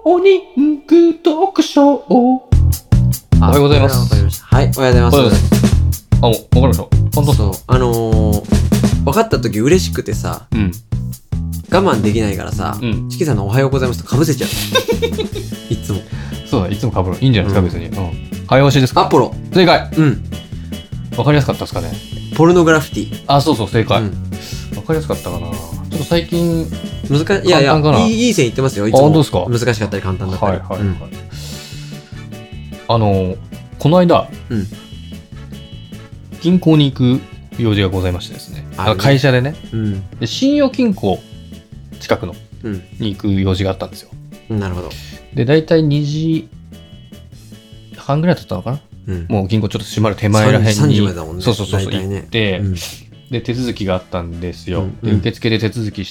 お肉読書を。おはようございます。 わかりました。はい、おはようございます。 あ、わかりました。本当そう、分かった時嬉しくてさ、 うん。 我慢できないからさ、チキさんのおはようございますと被せちゃう。いつも。 そうだ、いつも被る。いいんじゃないですか、別に。早押しですか？ アポロ。 正解。 うん。 わかりやすかったですかね。 ポルノグラフィティ。 あ、そうそう、正解。 うん。 わかりやすかったかな。ちょっと最近、 いやいや、 簡単かないい線いってますよ。いつも。 本当ですか？ 難しかったり簡単だったり。 はいはいはい。この間、銀行に行く用事がございましてですね。会社でね。で、信用金庫近くのに行く用事があったんですよ。 なるほど。 で、だいたい2時半ぐらいだったのかな。もう銀行ちょっと閉まる手前らへんに。 3時までだもんね。 そう行って、で、手続きがあったんですよ。で、受付で手続きして、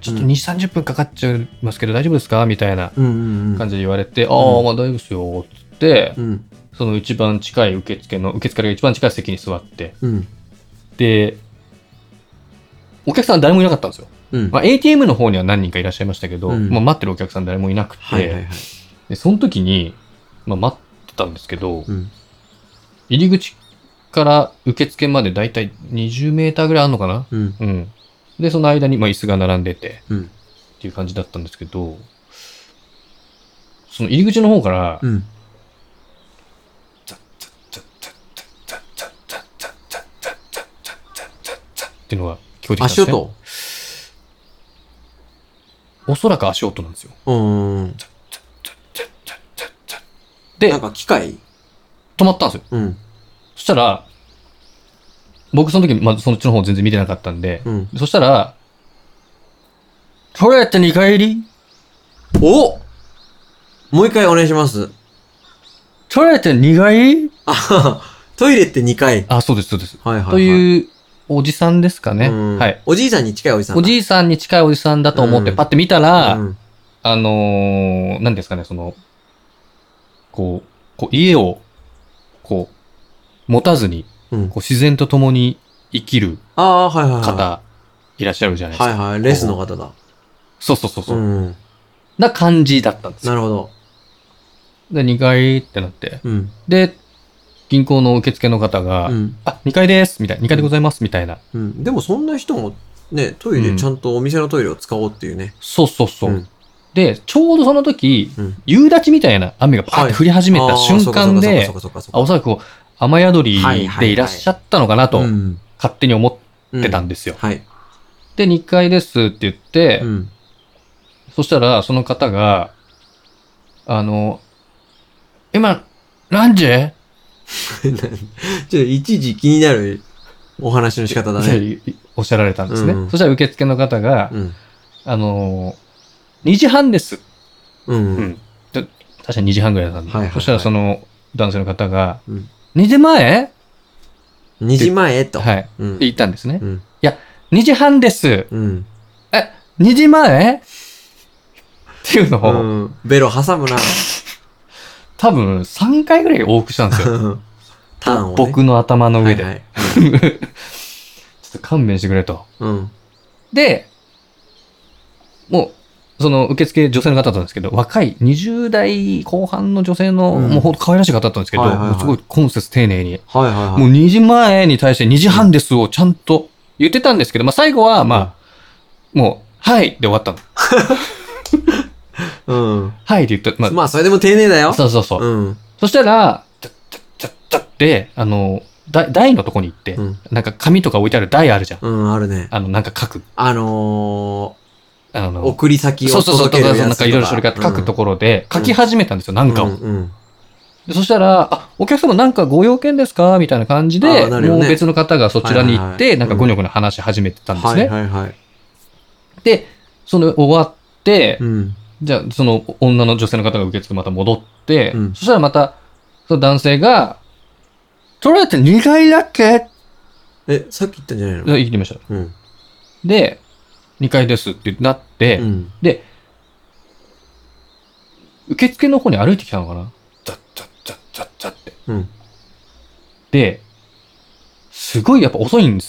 ちょっと2、30分かかっちゃいますけど大丈夫ですかみたいな感じで言われて、まあ大丈夫ですよ。つって、その一番近い受付が一番近い席に座って、で、お客さん誰もいなかったんですよ。まあ、ATM の方には何人かいらっしゃいましたけど、まあ、待ってるお客さん誰もいなくて、でその時に、まあ、待ってたんですけど、入り口から受付までだいたい20メーターぐらいあるのかな、で、その間に、まあ、椅子が並んでて、っていう感じだったんですけど、その入り口の方から、っていうのが聞こえてきたんですね。足音？おそらく足音なんですよ。で、 なんか機械？ 止まったんですよ。そしたら、僕その時、まあ、そっちの方全然見てなかったんで、そしたら、トイレって2回入り？ お！もう一回お願いします。 トイレって2回入り？ トイレって2回。 あ、そうです、そうです。 はいはいはい。 というおじさんですかね。はい。 おじいさんに近いおじさん。 おじいさんに近いおじさんだと思ってパッて見たら、何ですかね、こう家を、持たずに、自然と共に生きる方、いらっしゃるじゃないですか。 はいはい、レスの方だ。 そう。な感じだったんですよ。 なるほど。 で、2階ってなって。で、銀行の受付の方が、2階です、みたいな。2階でございます、みたいな。 でもそんな人もね、トイレ、ちゃんとお店のトイレを使おうっていうね。 そう。で、ちょうどその時、夕立みたいな雨がパーって降り始めた瞬間で、おそらく雨宿りでいらっしゃったのかなと、勝手に思ってたんですよ。で、2階ですって言って、そしたら、その方が、今、何時？ ちょっと一時気になるお話の仕方だね。 おっしゃられたんですね。そしたら受付の方が、2時半です。確かに2時半ぐらいだったんで。そしたらその男性の方が、2時前？ 2 時前と。 はい。言ったんですね。いや、2時半です。2時前？っていうのを、 ベロ挟むな。 多分3回ぐらい往復したんですよ。僕の頭の上で。ちょっと勘弁してくれと。で、もう、その受付女性の方だったんですけど、若い20代後半の女性の、もうほんと可愛らしい方だったんですけど、すごい今節丁寧に。もう2時前に対して2時半ですをちゃんと言ってたんですけど、まあ最後は、まあ、もう、はいで終わったの。はいって言った。 まあ、それでも丁寧だよ。 そう。そしたら、って、台のとこに行って、なんか紙とか置いてある台あるじゃん。 あるね。 なんか書く。 送り先を届けるやつとか。 なんかいろいろそれが書くところで、書き始めたんですよ、なんかを。そしたら、お客様なんかご用件ですかみたいな感じで、もう別の方がそちらに行って、なんかごにょごにょ話し始めてたんですね。で、その終わって、じゃあ、その女の女性の方が受付また戻って、そしたらまた、その男性が、トイレって2階だっけ？ さっき言ったんじゃないの？ 言ってみました。で、2階ですってなって、で、受付の方に歩いてきたのかな？ザッって。で、すごいやっぱ遅いんですよ。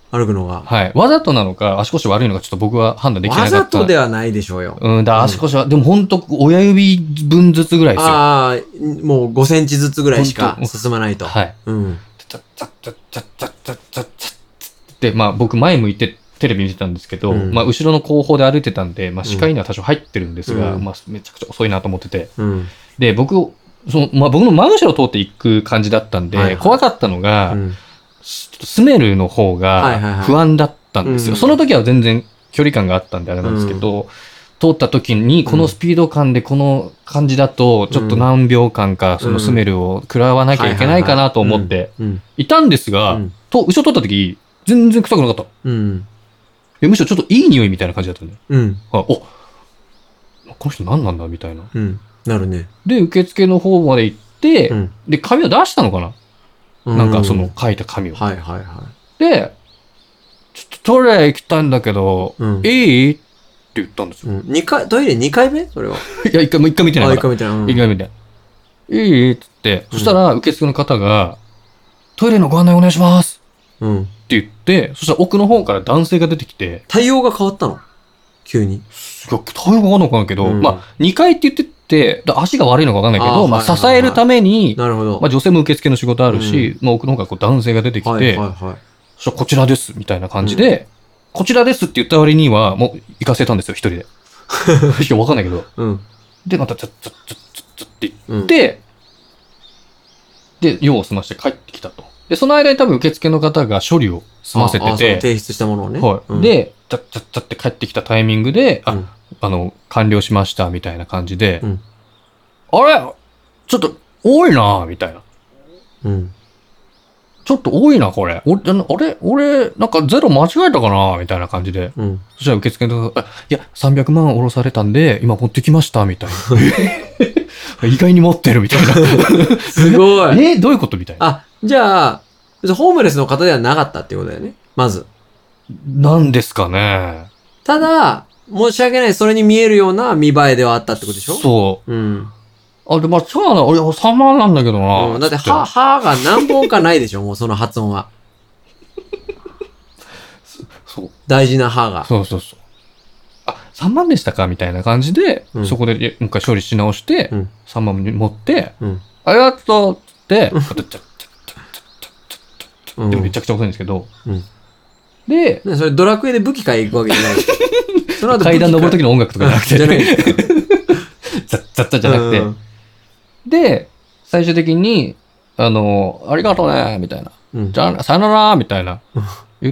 歩くのが。 はい。わざとなのか、足腰悪いのか、ちょっと僕は判断できなかった。 わざとではないでしょうよ。 足腰は、でも本当親指分ずつぐらいですよ。 ああ、もう5センチずつぐらいしか進まないと。 はい。うん。ちゃっちゃっちゃっちゃっちゃっちゃっちゃっちゃって、まあ僕前向いてテレビ見てたんですけど、まあ後ろの後方で歩いてたんで、まあ視界には多少入ってるんですが、まあめちゃくちゃ遅いなと思ってて。で、僕の真後ろを通っていく感じだったんで、怖かったのが、ちょっとスメルの方が不安だったんですよ。その時は全然距離感があったんであれなんですけど、通った時にこのスピード感でこの感じだと、ちょっと何秒間かそのスメルを食らわなきゃいけないかなと思っていたんですが、後ろ通った時、全然臭くなかった。むしろちょっといい匂いみたいな感じだったね。この人何なんだみたいな。 なるね。 で、受付の方まで行って、で、紙を出したのかな、なんかその書いた紙を。で、ちょっとトイレ行きたいんだけど、いいって言ったんですよ。 トイレ2回目それは。 いや、一回見てないから。 一回見てない。 一回見てない。いいって言って、そしたら受付の方が、トイレのご案内お願いしますって言って、そしたら奥の方から男性が出てきて。 対応が変わったの急に。 いや、対応が変わるのかなけど、まあ、2回って言ってて、足が悪いのかわかんないけど、まあ、支えるために、 なるほど。 まあ、女性も受付の仕事あるし、まあ、奥の方からこう男性が出てきて、そしたらこちらですみたいな感じで、こちらですって言った割には、もう行かせたんですよ、一人で。いや、わかんないけど。で、また、ちょって言って、で、用を済まして帰ってきたと。で、その間に多分受付の方が処理を済ませてて、 提出したものをね。 はい。で、ちゃって帰ってきたタイミングで、完了しましたみたいな感じで、あれちょっと多いなみたいな。ちょっと多いな、これ。俺、なんかゼロ間違えたかなみたいな感じで。そしたら受付の方が、いや、300万下ろされたんで、今持ってきました、みたいな。意外に持ってるみたいな。 すごい。 どういうことみたいな。 じゃあ、ホームレスの方ではなかったっていうことだよね。まず。 なんですかね。 ただ、申し訳ない、それに見えるような見栄えではあったってことでしょ。 そう。で、まあ、そうなの。俺、3万なんだけどな。 だって、歯が何本かないでしょ、もうその発音は。そう。大事な歯が。 そう。3万でしたかみたいな感じで、そこでもう一回処理し直して、3万に持って、ありがとうって言って、でもめちゃくちゃ遅いんですけど、で、 それドラクエで武器買い行くわけじゃない。 その後階段登る時の音楽とかじゃなくて、ザッザじゃなくて、で、最終的に、ありがとうね、みたいな。じゃあ、さよなら、みたいな。言って、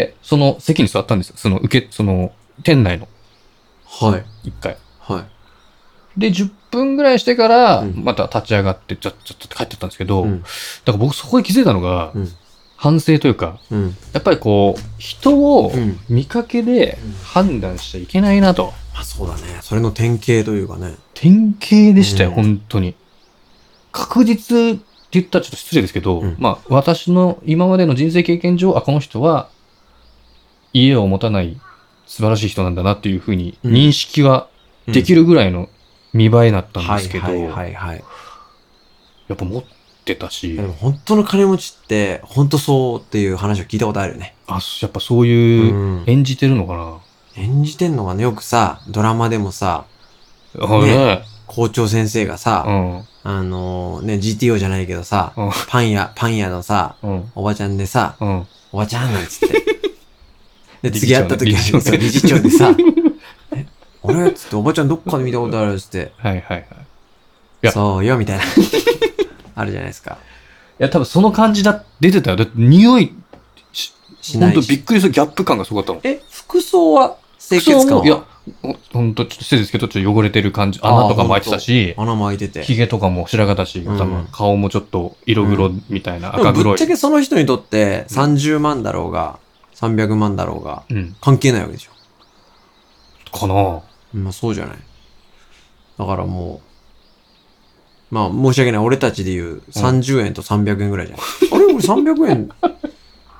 その席に座ったんですよ。その、店内の。一回。で、10分ぐらいしてから、また立ち上がって、ちょっと帰ってったんですけど、だから僕そこで気づいたのが、反省というか、やっぱりこう、人を見かけで判断しちゃいけないなと。 まあそうだね。それの典型というかね。 典型でしたよ、本当に。確実って言ったらちょっと失礼ですけど、まあ私の今までの人生経験上、この人は家を持たない素晴らしい人なんだなっていうふうに認識はできるぐらいの見栄えだったんですけど、やっぱ持ってたし。 でも本当の金持ちって、本当そうっていう話を聞いたことあるよね。 やっぱそういう演じてるのかな。 演じてんのがね、よくさ、ドラマでもさ、校長先生がさ、GTO じゃないけどさ、パン屋のさ、おばちゃんでさ、おばちゃんなんつって。で、次会った時は、理事長でさ、あれつって、おばちゃんどっかで見たことあるつって。そうよ、みたいな。あるじゃないですか。 いや、多分その感じ出てたよ。だって匂いしないし。ほんとびっくりするギャップ感がすごかったの。 服装は清潔感は？ いや、ほんと、ちょっと失礼ですけど、ちょっと汚れてる感じ、穴とかも開いてたし、 穴も開いてて。 髭とかも白髪だし、顔もちょっと色黒みたいな、赤黒い。 ぶっちゃけその人にとって30万だろうが、300万だろうが、関係ないわけでしょ。 かな。 まあそうじゃない。だからもう、まあ申し訳ない。俺たちで言う30円と300円ぐらいじゃん。あれ俺300円。あれ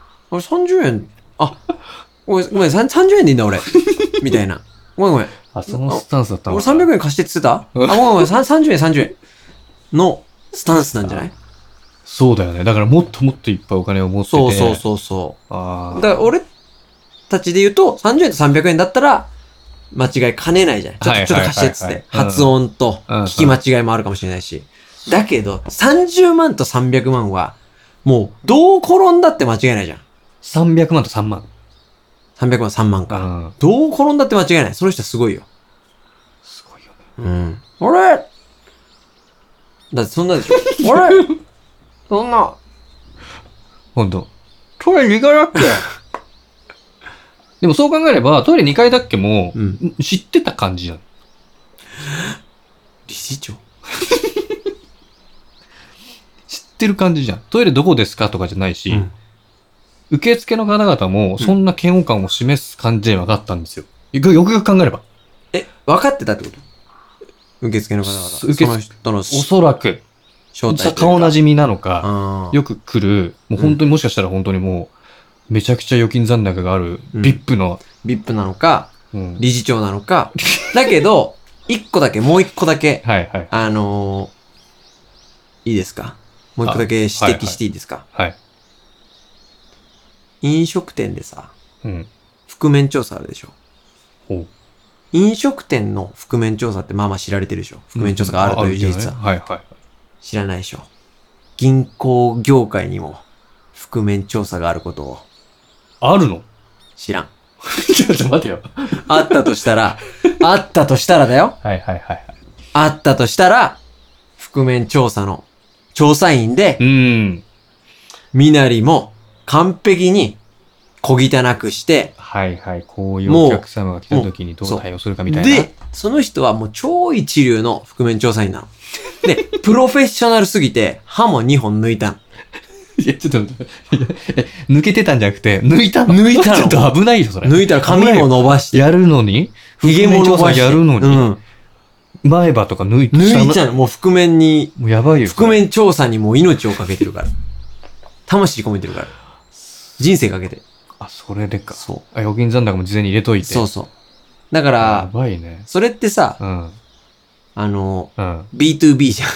30円。ごめん、30円でいいんだ俺。みたいな。ごめん。 そのスタンスだったの？ 俺300円貸してって言ってた？ごめん、30円のスタンスなんじゃない？ そうだよね。だからもっともっといっぱいお金を持ってて。 そう。だから俺たちで言うと、30円と300円だったら、間違いかねないじゃん。ちょっと貸してっつって。発音と聞き間違いもあるかもしれないし。だけど、30万と300万は、もう、どう転んだって間違いないじゃん。 300万と3万。 300万、3万か。どう転んだって間違いない。その人はすごいよ。 すごいよね。 あれだってそんなでしょ。あれそんな。 ほんと。トイレ2階だっけでもそう考えれば、トイレ2階だっけも、知ってた感じじゃん。 理事長知ってる感じじゃん。トイレどこですかとかじゃないし、受付の方々もそんな嫌悪感を示す感じで分かったんですよ。よくよく考えれば。 分かってたってこと？受付の方々。その人のおそらく、顔なじみなのか、よく来る、もう本当にもしかしたら本当にもう、めちゃくちゃ預金残高がある、VIP なのか、理事長なのか。だけど、もう一個だけ、いいですか？もう一個だけ指摘していいですか？ はい。 飲食店でさ、覆面調査あるでしょ。飲食店の覆面調査ってまあまあ知られてるでしょ。覆面調査があるという事実は。知らないでしょ。銀行業界にも覆面調査があることを。 あるの？ 知らん。 ちょっと待てよ。 あったとしたらだよ。あったとしたら、覆面調査の調査員で、身なりも完璧に小汚くして、 こういうお客様が来た時にどう対応するかみたいな。 で、その人はもう超一流の覆面調査員なの。で、プロフェッショナルすぎて、歯も2本抜いたの。 いや、ちょっと待って。抜けてたんじゃなくて、抜いたの。ちょっと危ないよ、それ。 抜いたら髪も伸ばして。 やるのに髭も伸ばして。 やるのに前歯とか抜いちゃうの。もう覆面に。 もうやばいよ。 覆面調査にもう命をかけてるから。魂込めてるから。人生かけて。 それでか。預金残高も事前に入れといて。 だから、 やばいね。 それってさ、B2B じゃん。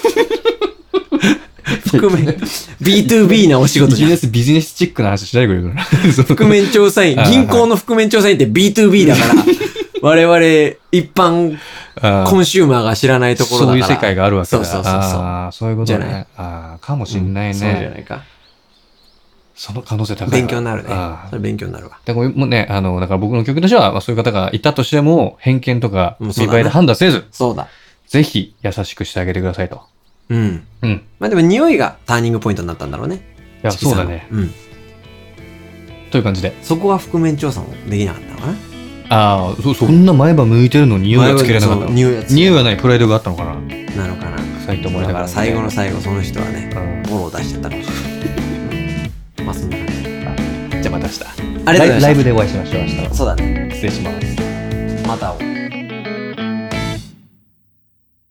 覆面、B2B なお仕事じゃん。 ビジネスチックな話しないでくれるから。 覆面調査員、銀行の覆面調査員って B2B だから、我々一般コンシューマーが知らないところだから。 そういう世界があるわけだ。 そういうことね。かもしんないね。 そうじゃないか。 その可能性高い。 勉強になるね。それ勉強になるわ。 だからもうね、だから僕の曲としては、そういう方がいたとしても、偏見とか見栄えで判断せず、ぜひ優しくしてあげてくださいと。 まあでも匂いがターニングポイントになったんだろうね。 いや、そうだね。という感じで。 そこは覆面調査もできなかったのかな。 そんな前歯向いてるのに匂いがつけれなかったの。匂いはないプライドがあったのかな。 なのかな。 臭いと思いながら。 だから最後の最後、その人はね、ボロを出しちゃったかもしれない。まあそんな感じ。 じゃあまた明日。 ありがとうございました。 ライブでお会いしましょう、明日は。 そうだね。 失礼します。 また会おう。